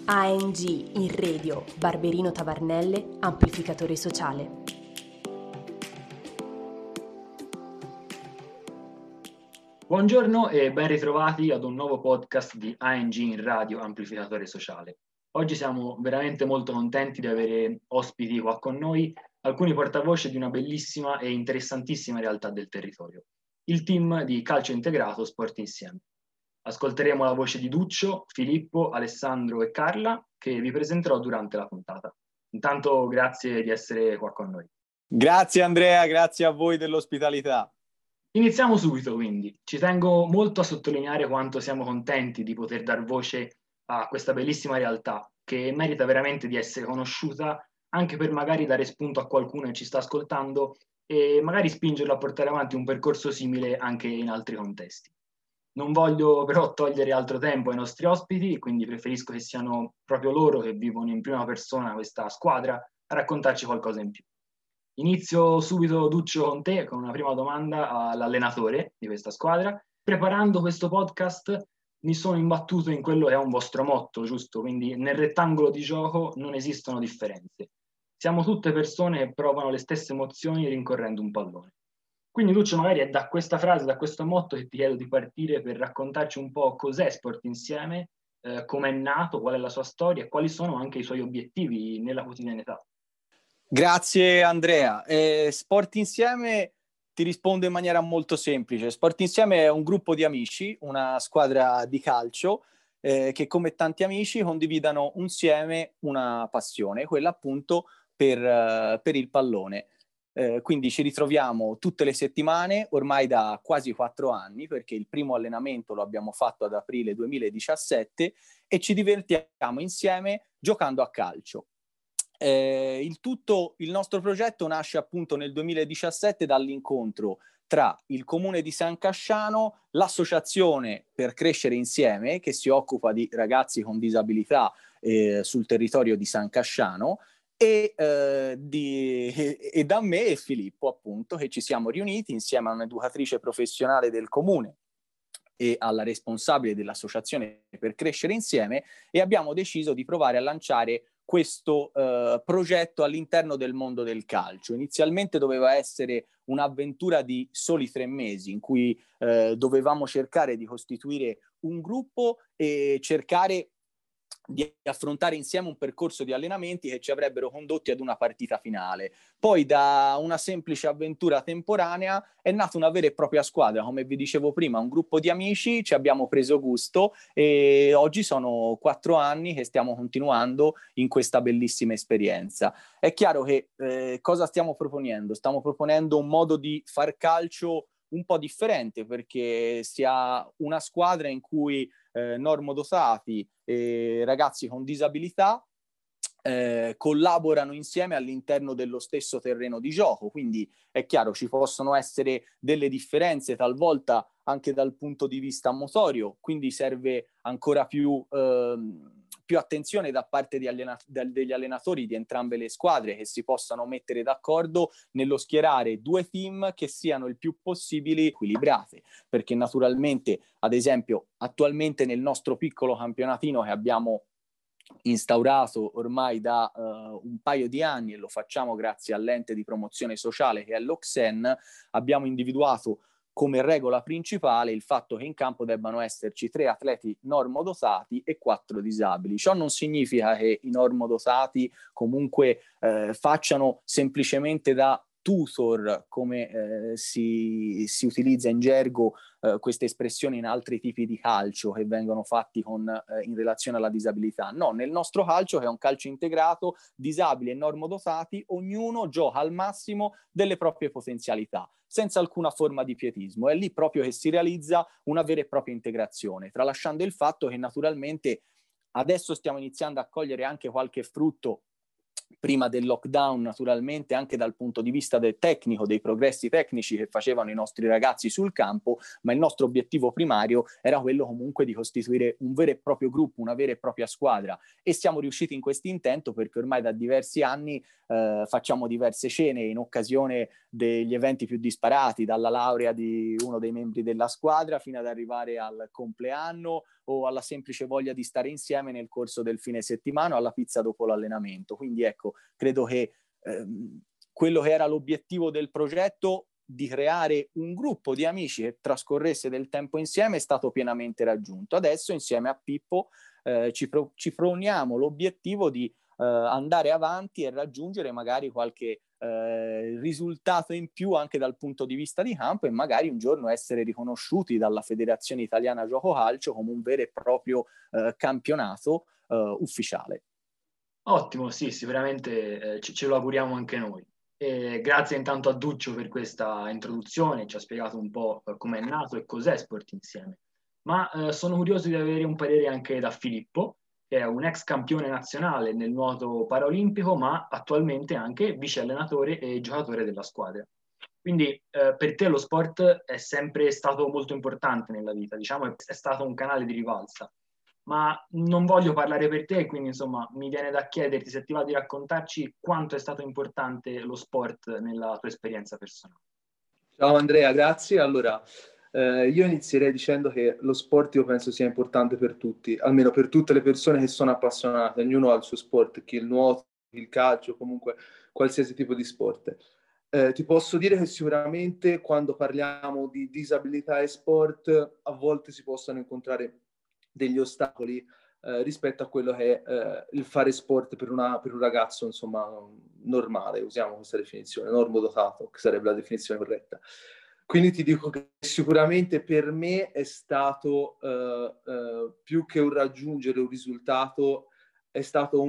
ANG in radio, Barberino Tavernelle, amplificatore sociale. Buongiorno e ben ritrovati ad un nuovo podcast di ANG in radio, amplificatore sociale. Oggi siamo veramente molto contenti di avere ospiti qua con noi, alcuni portavoce di una bellissima e interessantissima realtà del territorio, il team di calcio integrato Sport Insieme. Ascolteremo la voce di Duccio, Filippo, Alessandro e Carla, che vi presenterò durante la puntata. Intanto grazie di essere qua con noi. Grazie Andrea, grazie a voi dell'ospitalità. Iniziamo subito quindi. Ci tengo molto a sottolineare quanto siamo contenti di poter dar voce a questa bellissima realtà che merita veramente di essere conosciuta, anche per magari dare spunto a qualcuno che ci sta ascoltando e magari spingerlo a portare avanti un percorso simile anche in altri contesti. Non voglio però togliere altro tempo ai nostri ospiti, quindi preferisco che siano proprio loro che vivono in prima persona questa squadra a raccontarci qualcosa in più. Inizio subito, Duccio, con te, con una prima domanda all'allenatore di questa squadra. Preparando questo podcast mi sono imbattuto in quello che è un vostro motto, giusto? Quindi nel rettangolo di gioco non esistono differenze. Siamo tutte persone che provano le stesse emozioni rincorrendo un pallone. Quindi Duccio, magari è da questa frase, da questo motto che ti chiedo di partire per raccontarci un po' cos'è Sport Insieme, come è nato, qual è la sua storia e quali sono anche i suoi obiettivi nella quotidianità. Grazie Andrea. Sport Insieme ti rispondo in maniera molto semplice. Sport Insieme è un gruppo di amici, una squadra di calcio che come tanti amici condividono insieme una passione, quella appunto per il pallone. Quindi ci ritroviamo tutte le settimane, ormai da quasi 4 anni, perché il primo allenamento lo abbiamo fatto ad aprile 2017 e ci divertiamo insieme giocando a calcio. Il nostro progetto nasce appunto nel 2017 dall'incontro tra il comune di San Casciano, l'associazione Per Crescere Insieme, che si occupa di ragazzi con disabilità sul territorio di San Casciano, e da me e Filippo, appunto, che ci siamo riuniti insieme a un'educatrice professionale del comune e alla responsabile dell'associazione Per Crescere Insieme, e abbiamo deciso di provare a lanciare questo progetto all'interno del mondo del calcio. Inizialmente doveva essere un'avventura di soli 3 mesi in cui dovevamo cercare di costituire un gruppo e cercare di affrontare insieme un percorso di allenamenti che ci avrebbero condotti ad una partita finale. Poi da una semplice avventura temporanea è nata una vera e propria squadra, come vi dicevo prima, un gruppo di amici, ci abbiamo preso gusto e oggi sono 4 anni che stiamo continuando in questa bellissima esperienza. È chiaro che cosa stiamo proponendo? Stiamo proponendo un modo di far calcio un po' differente, perché si ha una squadra in cui normodotati e ragazzi con disabilità collaborano insieme all'interno dello stesso terreno di gioco, quindi è chiaro ci possono essere delle differenze talvolta anche dal punto di vista motorio, quindi serve ancora più attenzione da parte degli allenatori di entrambe le squadre, che si possano mettere d'accordo nello schierare 2 team che siano il più possibile equilibrate, perché naturalmente, ad esempio, attualmente nel nostro piccolo campionatino che abbiamo instaurato ormai da un paio di anni, e lo facciamo grazie all'ente di promozione sociale che è l'Oxen, abbiamo individuato come regola principale il fatto che in campo debbano esserci 3 atleti normodotati e 4 disabili. Ciò non significa che i normodotati comunque facciano semplicemente da tutor, come si utilizza in gergo queste espressioni in altri tipi di calcio che vengono fatti in relazione alla disabilità. No, nel nostro calcio, che è un calcio integrato, disabili e normodotati, ognuno gioca al massimo delle proprie potenzialità, senza alcuna forma di pietismo. È lì proprio che si realizza una vera e propria integrazione, tralasciando il fatto che naturalmente adesso stiamo iniziando a cogliere anche qualche frutto prima del lockdown, naturalmente anche dal punto di vista del tecnico, dei progressi tecnici che facevano i nostri ragazzi sul campo, ma il nostro obiettivo primario era quello comunque di costituire un vero e proprio gruppo, una vera e propria squadra, e siamo riusciti in questo intento perché ormai da diversi anni facciamo diverse cene in occasione degli eventi più disparati, dalla laurea di uno dei membri della squadra fino ad arrivare al compleanno o alla semplice voglia di stare insieme nel corso del fine settimana o alla pizza dopo l'allenamento. Quindi ecco, credo che quello che era l'obiettivo del progetto di creare un gruppo di amici che trascorresse del tempo insieme è stato pienamente raggiunto. Adesso insieme a Pippo ci proponiamo l'obiettivo di andare avanti e raggiungere magari qualche risultato in più anche dal punto di vista di campo e magari un giorno essere riconosciuti dalla Federazione Italiana Gioco Calcio come un vero e proprio campionato ufficiale. Ottimo, sì, sicuramente ce lo auguriamo anche noi. E grazie intanto a Duccio per questa introduzione, ci ha spiegato un po' come è nato e cos'è Sport Insieme. Ma sono curioso di avere un parere anche da Filippo, che è un ex campione nazionale nel nuoto paraolimpico, ma attualmente anche vice allenatore e giocatore della squadra. Quindi per te lo sport è sempre stato molto importante nella vita, diciamo, è stato un canale di rivalsa. Ma non voglio parlare per te, quindi insomma mi viene da chiederti se ti va di raccontarci quanto è stato importante lo sport nella tua esperienza personale. Ciao Andrea, grazie. Allora, io inizierei dicendo che lo sport io penso sia importante per tutti, almeno per tutte le persone che sono appassionate, ognuno ha il suo sport, chi il nuoto, chi il calcio, comunque qualsiasi tipo di sport. Ti posso dire che sicuramente quando parliamo di disabilità e sport a volte si possono incontrare degli ostacoli rispetto a quello che è il fare sport per un ragazzo, insomma, normale, usiamo questa definizione, normodotato, che sarebbe la definizione corretta. Quindi ti dico che sicuramente per me è stato più che un raggiungere un risultato, è stato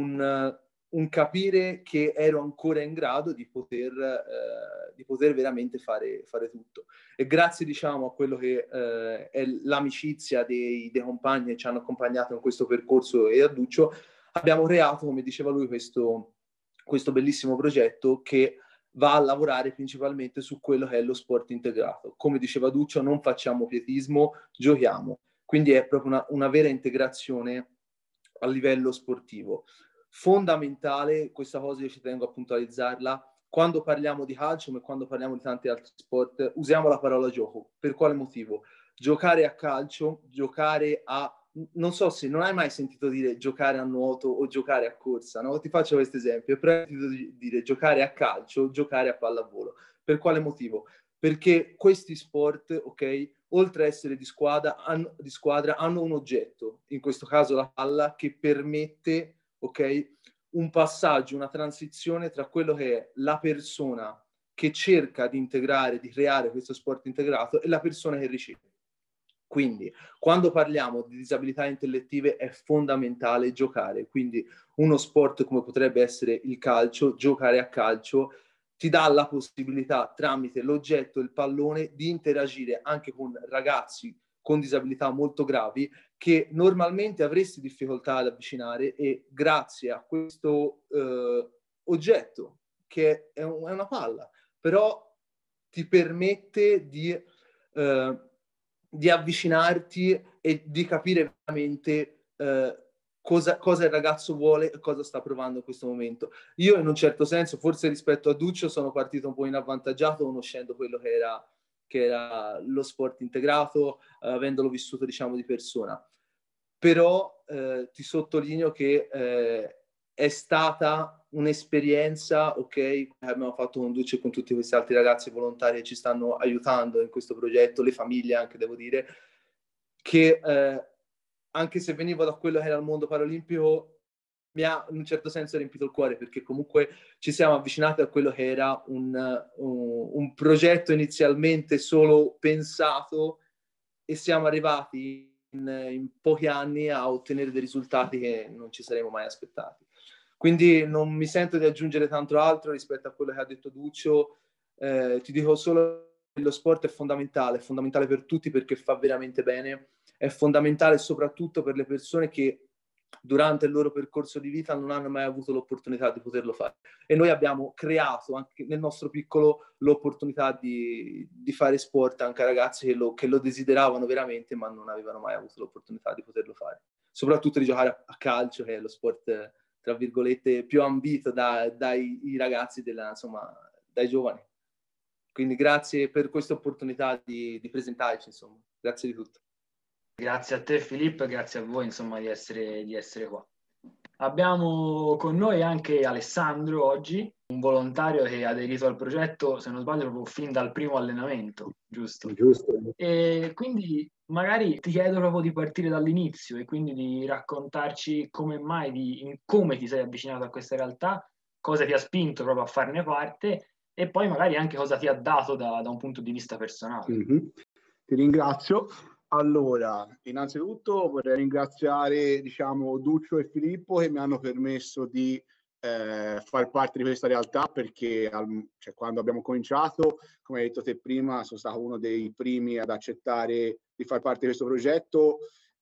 un capire che ero ancora in grado di poter veramente fare tutto. E grazie, diciamo, a quello che è l'amicizia dei compagni che ci hanno accompagnato in questo percorso e a Duccio, abbiamo creato, come diceva lui, questo bellissimo progetto che va a lavorare principalmente su quello che è lo sport integrato. Come diceva Duccio, non facciamo pietismo, giochiamo. Quindi è proprio una vera integrazione a livello sportivo. Fondamentale, questa cosa io ci tengo a puntualizzarla, quando parliamo di calcio, ma quando parliamo di tanti altri sport, usiamo la parola gioco. Per quale motivo? Giocare a calcio, giocare a... Non so se non hai mai sentito dire giocare a nuoto o giocare a corsa, no? Ti faccio questo esempio. Però hai sentito dire giocare a calcio, giocare a pallavolo. Per quale motivo? Perché questi sport, ok, oltre a essere di squadra, hanno un oggetto, in questo caso la palla, che permette, ok, un passaggio, una transizione tra quello che è la persona che cerca di integrare, di creare questo sport integrato e la persona che riceve. Quindi, quando parliamo di disabilità intellettive è fondamentale giocare. Quindi uno sport come potrebbe essere il calcio, giocare a calcio, ti dà la possibilità tramite l'oggetto, il pallone, di interagire anche con ragazzi con disabilità molto gravi che normalmente avresti difficoltà ad avvicinare e grazie a questo oggetto, che è una palla, però ti permette di avvicinarti e di capire veramente cosa il ragazzo vuole e cosa sta provando in questo momento. Io in un certo senso, forse rispetto a Duccio, sono partito un po' inavvantaggiato conoscendo quello che era lo sport integrato, avendolo vissuto, diciamo, di persona. Però ti sottolineo che è stata un'esperienza, ok, che abbiamo fatto con Duccio e con tutti questi altri ragazzi volontari che ci stanno aiutando in questo progetto, le famiglie anche, devo dire, che anche se venivo da quello che era il mondo paralimpico, mi ha in un certo senso riempito il cuore, perché comunque ci siamo avvicinati a quello che era un progetto inizialmente solo pensato e siamo arrivati in pochi anni a ottenere dei risultati che non ci saremmo mai aspettati. Quindi non mi sento di aggiungere tanto altro rispetto a quello che ha detto Duccio. Ti dico solo che lo sport è fondamentale per tutti perché fa veramente bene, è fondamentale soprattutto per le persone che durante il loro percorso di vita non hanno mai avuto l'opportunità di poterlo fare. E noi abbiamo creato anche nel nostro piccolo l'opportunità di fare sport anche a ragazzi che lo desideravano veramente ma non avevano mai avuto l'opportunità di poterlo fare. Soprattutto di giocare a calcio, che è lo sport, tra virgolette, più ambito dai ragazzi, insomma, dai giovani. Quindi grazie per questa opportunità di presentarci, insomma. Grazie di tutto. Grazie a te Filippo e grazie a voi insomma di essere qua. Abbiamo con noi anche Alessandro oggi, un volontario che ha aderito al progetto, se non sbaglio, proprio fin dal primo allenamento, giusto? Giusto. E quindi magari ti chiedo proprio di partire dall'inizio e quindi di raccontarci come mai, come ti sei avvicinato a questa realtà, cosa ti ha spinto proprio a farne parte e poi magari anche cosa ti ha dato da un punto di vista personale. Mm-hmm. Ti ringrazio. Allora, innanzitutto vorrei ringraziare, Duccio e Filippo che mi hanno permesso di far parte di questa realtà, perché quando abbiamo cominciato, come hai detto te prima, sono stato uno dei primi ad accettare di far parte di questo progetto.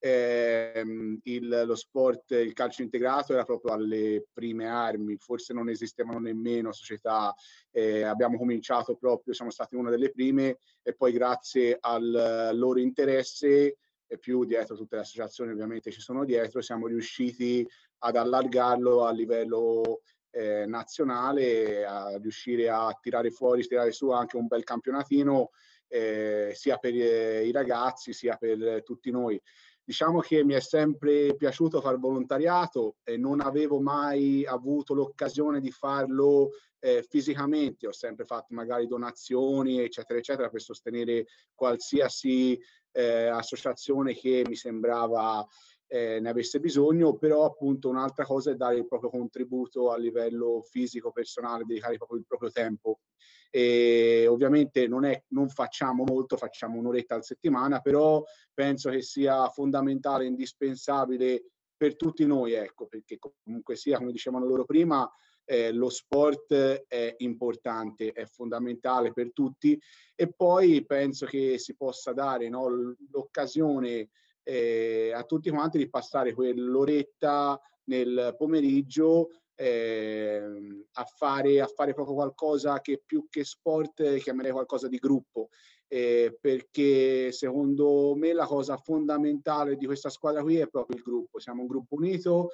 Lo sport, il calcio integrato era proprio alle prime armi, forse non esistevano nemmeno società, abbiamo cominciato proprio, siamo stati una delle prime e poi grazie al loro interesse e più dietro tutte le associazioni ovviamente ci sono dietro, siamo riusciti ad allargarlo a livello nazionale, a riuscire a tirare su anche un bel campionatino sia per i ragazzi sia per tutti noi. Diciamo che mi è sempre piaciuto fare volontariato e non avevo mai avuto l'occasione di farlo fisicamente. Ho sempre fatto magari donazioni, eccetera, eccetera, per sostenere qualsiasi associazione che mi sembrava ne avesse bisogno, però appunto un'altra cosa è dare il proprio contributo a livello fisico, personale, dedicare proprio il proprio tempo. E ovviamente non facciamo molto, facciamo un'oretta alla settimana, però penso che sia fondamentale, indispensabile per tutti noi, ecco, perché comunque sia, come dicevano loro prima, lo sport è importante, è fondamentale per tutti e poi penso che si possa dare, no, l'occasione a tutti quanti di passare quell'oretta nel pomeriggio a fare proprio qualcosa che più che sport chiamerei qualcosa di gruppo, perché secondo me la cosa fondamentale di questa squadra qui è proprio il gruppo. Siamo un gruppo unito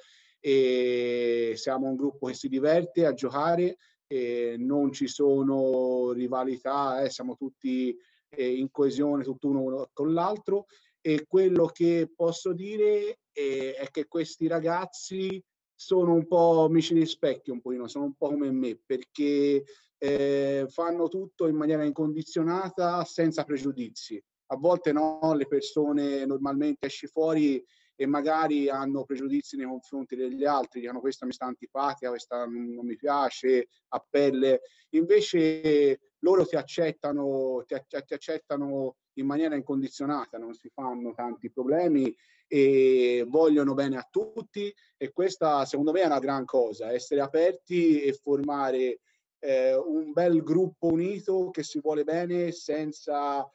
e siamo un gruppo che si diverte a giocare, non ci sono rivalità, siamo tutti in coesione, tutto uno con l'altro. E quello che posso dire è che questi ragazzi sono un po' amici di specchio, un pochino, sono un po' come me, perché fanno tutto in maniera incondizionata, senza pregiudizi. A volte no, le persone normalmente esci fuori e magari hanno pregiudizi nei confronti degli altri, dicono questa mi sta antipatica, questa non mi piace, a pelle. Invece loro ti accettano in maniera incondizionata, non si fanno tanti problemi e vogliono bene a tutti, e questa secondo me è una gran cosa, essere aperti e formare un bel gruppo unito che si vuole bene senza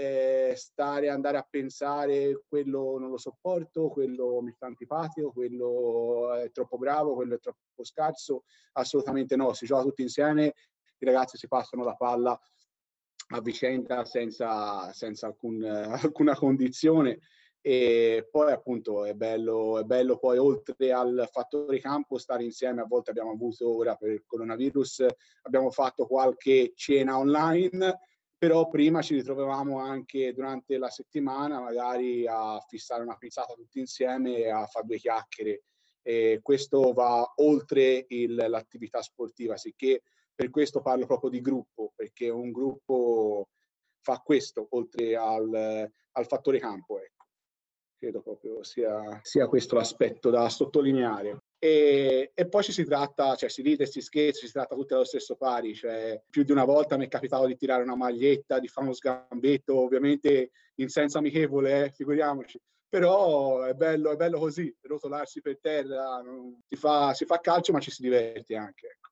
andare a pensare quello non lo sopporto, quello mi sta antipatico, quello è troppo bravo, quello è troppo scarso. Assolutamente no, si gioca tutti insieme, i ragazzi si passano la palla a vicenda senza alcuna condizione. E poi appunto è bello poi, oltre al fattore campo, stare insieme. A volte abbiamo avuto, ora per il coronavirus abbiamo fatto qualche cena online, però prima ci ritrovavamo anche durante la settimana magari a fissare una pizzata tutti insieme e a fare due chiacchiere, e questo va oltre l'attività sportiva, sicché per questo parlo proprio di gruppo, perché un gruppo fa questo oltre al fattore campo, ecco. Credo proprio sia questo l'aspetto da sottolineare. E poi si tratta, cioè si ride, si scherza, si tratta tutti allo stesso pari, cioè più di una volta mi è capitato di tirare una maglietta, di fare uno sgambetto, ovviamente in senso amichevole, figuriamoci, però è bello così, rotolarsi per terra, si fa calcio ma ci si diverte anche, ecco.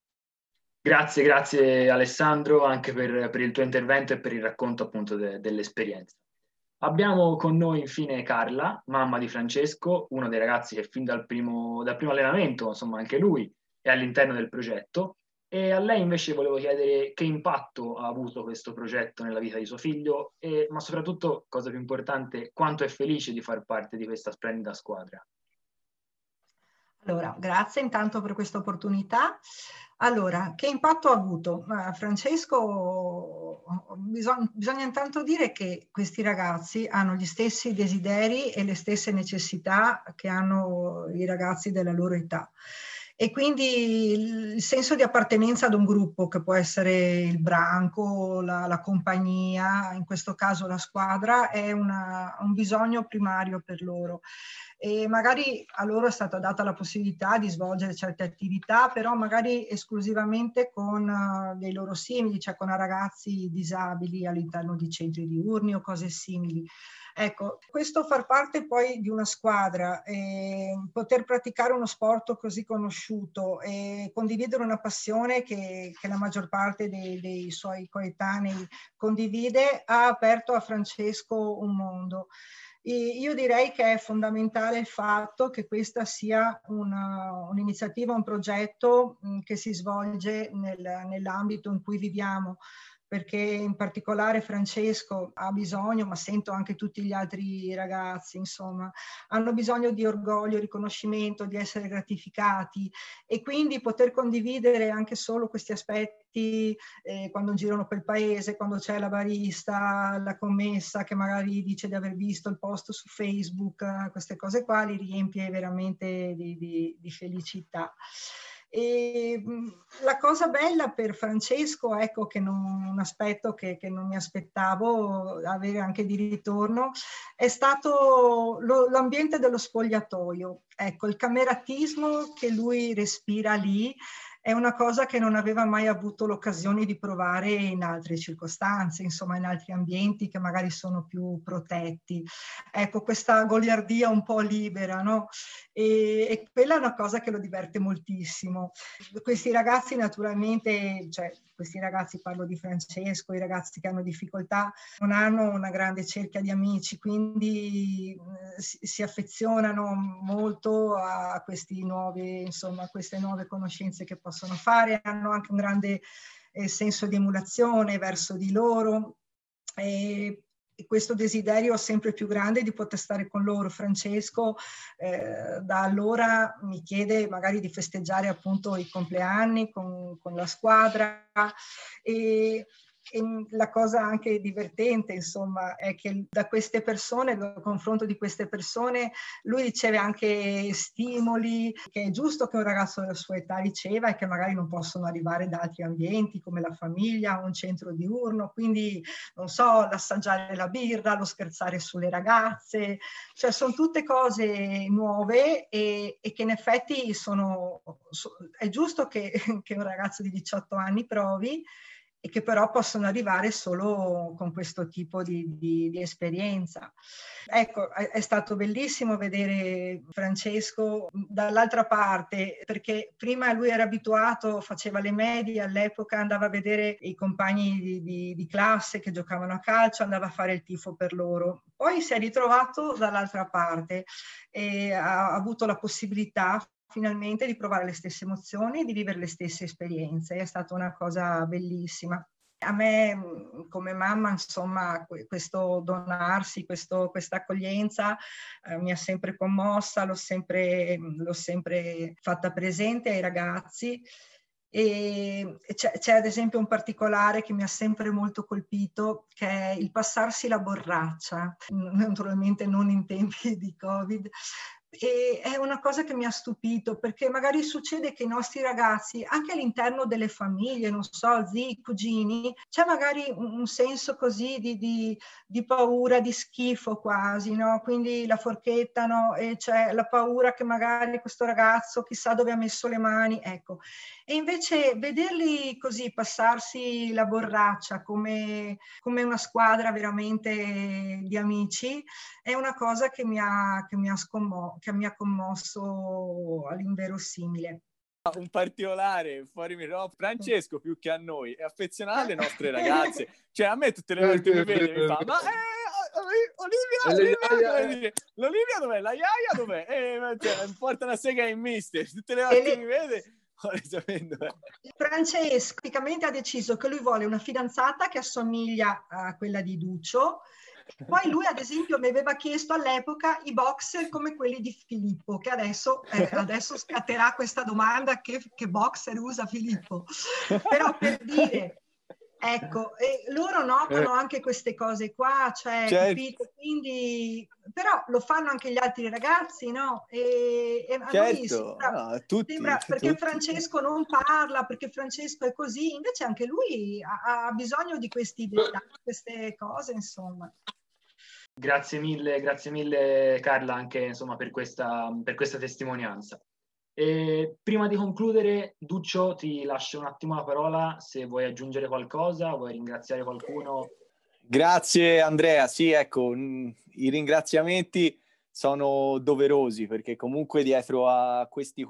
Grazie Alessandro anche per il tuo intervento e per il racconto appunto dell'esperienza. Abbiamo con noi infine Carla, mamma di Francesco, uno dei ragazzi che fin dal primo allenamento, insomma anche lui, è all'interno del progetto, e a lei invece volevo chiedere che impatto ha avuto questo progetto nella vita di suo figlio, ma soprattutto, cosa più importante, quanto è felice di far parte di questa splendida squadra. Allora, grazie intanto per questa opportunità. Allora, che impatto ha avuto? Francesco, bisogna intanto dire che questi ragazzi hanno gli stessi desideri e le stesse necessità che hanno i ragazzi della loro età. E quindi il senso di appartenenza ad un gruppo, che può essere il branco, la compagnia, in questo caso la squadra, è un bisogno primario per loro. E magari a loro è stata data la possibilità di svolgere certe attività, però magari esclusivamente con dei loro simili, cioè con ragazzi disabili all'interno di centri diurni o cose simili. Ecco, questo far parte poi di una squadra, poter praticare uno sport così conosciuto e condividere una passione che la maggior parte dei suoi coetanei condivide, ha aperto a Francesco un mondo. Io direi che è fondamentale il fatto che questa sia un'iniziativa, un progetto che si svolge nell'ambito in cui viviamo, perché in particolare Francesco ha bisogno, ma sento anche tutti gli altri ragazzi, insomma, hanno bisogno di orgoglio, riconoscimento, di essere gratificati, e quindi poter condividere anche solo questi aspetti quando girano per il paese, quando c'è la barista, la commessa che magari dice di aver visto il post su Facebook, queste cose qua li riempie veramente di felicità. E la cosa bella per Francesco, ecco, che un aspetto che non mi aspettavo avere anche di ritorno, è stato l'ambiente dello spogliatoio. Ecco, il cameratismo che lui respira lì è una cosa che non aveva mai avuto l'occasione di provare in altre circostanze, insomma in altri ambienti che magari sono più protetti. Ecco, questa goliardia un po' libera, no? E quella è una cosa che lo diverte moltissimo. Questi ragazzi naturalmente, cioè questi ragazzi, parlo di Francesco, i ragazzi che hanno difficoltà, non hanno una grande cerchia di amici, quindi si affezionano molto a queste nuove conoscenze che possono fare, hanno anche un grande senso di emulazione verso di loro, e questo desiderio sempre più grande di poter stare con loro. Francesco da allora mi chiede magari di festeggiare appunto i compleanni con la squadra, e la cosa anche divertente, insomma, è che da queste persone, dal confronto di queste persone, lui riceve anche stimoli che è giusto che un ragazzo della sua età riceva e che magari non possono arrivare da altri ambienti come la famiglia o un centro diurno. Quindi, non so, l'assaggiare la birra, lo scherzare sulle ragazze, cioè sono tutte cose nuove e che in effetti è giusto che un ragazzo di 18 anni provi, e che però possono arrivare solo con questo tipo di esperienza. Ecco, è stato bellissimo vedere Francesco dall'altra parte, perché prima lui era abituato, faceva le medie, all'epoca andava a vedere i compagni di classe che giocavano a calcio, andava a fare il tifo per loro. Poi si è ritrovato dall'altra parte e ha avuto la possibilità finalmente di provare le stesse emozioni, di vivere le stesse esperienze. È stata una cosa bellissima. A me come mamma, insomma, questo donarsi, questa accoglienza mi ha sempre commossa, l'ho sempre fatta presente ai ragazzi. E c'è ad esempio un particolare che mi ha sempre molto colpito, che è il passarsi la borraccia, naturalmente non in tempi di Covid. E è una cosa che mi ha stupito, perché magari succede che i nostri ragazzi, anche all'interno delle famiglie, non so, zii, cugini, c'è magari un senso così di paura, di schifo quasi, no? Quindi la forchettano e c'è la paura che magari questo ragazzo chissà dove ha messo le mani, ecco. E invece vederli così passarsi la borraccia come una squadra veramente di amici è una cosa che mi ha commosso all'inverosimile. Un particolare fuori microfono, Francesco più che a noi è affezionato alle nostre ragazze, cioè a me tutte le volte mi vede mi fa ma Olivia dov'è? La Iaia dov'è? Cioè, mi porta una sega in mister, tutte le volte mi vede Francesco praticamente ha deciso che lui vuole una fidanzata che assomiglia a quella di Duccio, Poi lui, ad esempio, mi aveva chiesto all'epoca i boxer come quelli di Filippo, che adesso scatterà questa domanda: che boxer usa Filippo? Però per dire, ecco, loro notano anche queste cose qua, cioè, capito? Quindi, però lo fanno anche gli altri ragazzi, no? E a noi sembra, perché Francesco non parla, perché Francesco è così, invece anche lui ha bisogno di questi dettagli, queste cose, insomma. Grazie mille Carla, anche insomma per questa testimonianza. E prima di concludere, Duccio, ti lascio un attimo la parola se vuoi aggiungere qualcosa, vuoi ringraziare qualcuno. Grazie Andrea, sì, ecco, i ringraziamenti sono doverosi, perché comunque dietro a questi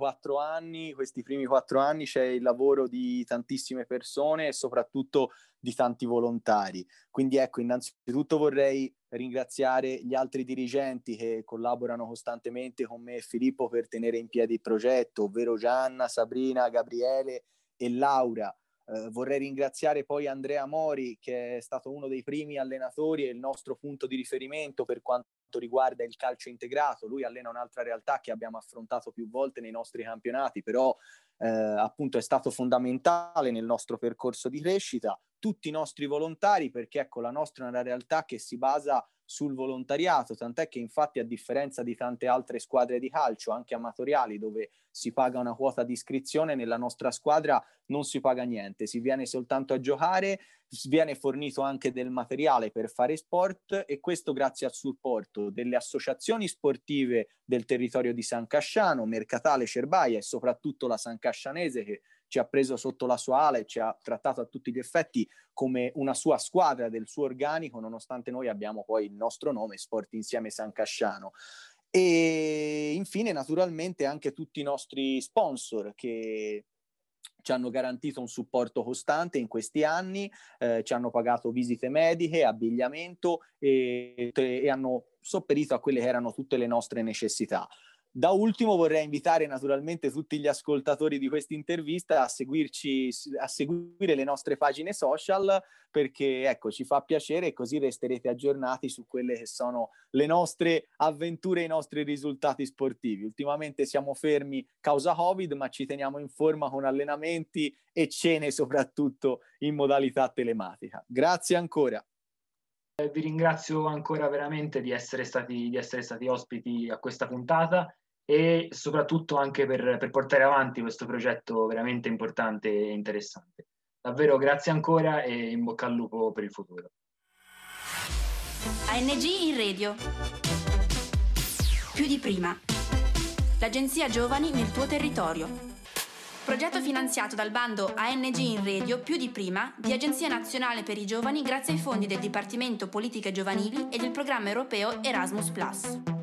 primi 4 anni, c'è il lavoro di tantissime persone e soprattutto di tanti volontari. Quindi ecco, innanzitutto vorrei ringraziare gli altri dirigenti che collaborano costantemente con me e Filippo per tenere in piedi il progetto, ovvero Gianna, Sabrina, Gabriele e Laura. Vorrei ringraziare poi Andrea Mori, che è stato uno dei primi allenatori e il nostro punto di riferimento per quanto riguarda il calcio integrato. Lui allena un'altra realtà che abbiamo affrontato più volte nei nostri campionati, però appunto è stato fondamentale nel nostro percorso di crescita. Tutti i nostri volontari, perché ecco, la nostra è una realtà che si basa sul volontariato, tant'è che infatti, a differenza di tante altre squadre di calcio, anche amatoriali, dove si paga una quota di iscrizione, nella nostra squadra non si paga niente, si viene soltanto a giocare, viene fornito anche del materiale per fare sport, e questo grazie al supporto delle associazioni sportive del territorio di San Casciano, Mercatale, Cerbaia e soprattutto la San Cascianese, che ci ha preso sotto la sua ala e ci ha trattato a tutti gli effetti come una sua squadra del suo organico, nonostante noi abbiamo poi il nostro nome, Sport Insieme San Casciano. E infine naturalmente anche tutti i nostri sponsor che ci hanno garantito un supporto costante in questi anni, ci hanno pagato visite mediche, abbigliamento e hanno sopperito a quelle che erano tutte le nostre necessità. Da ultimo vorrei invitare naturalmente tutti gli ascoltatori di questa intervista a seguire le nostre pagine social, perché ecco, ci fa piacere, e così resterete aggiornati su quelle che sono le nostre avventure e i nostri risultati sportivi. Ultimamente siamo fermi causa Covid, ma ci teniamo in forma con allenamenti e cene soprattutto in modalità telematica. Grazie ancora. Vi ringrazio ancora veramente di essere stati ospiti a questa puntata e soprattutto anche per portare avanti questo progetto veramente importante e interessante. Davvero grazie ancora e in bocca al lupo per il futuro. ANG in radio. Più di prima. L'agenzia Giovani nel tuo territorio. Progetto finanziato dal bando ANG in radio più di prima di Agenzia Nazionale per i Giovani grazie ai fondi del Dipartimento Politiche Giovanili e del programma europeo Erasmus+.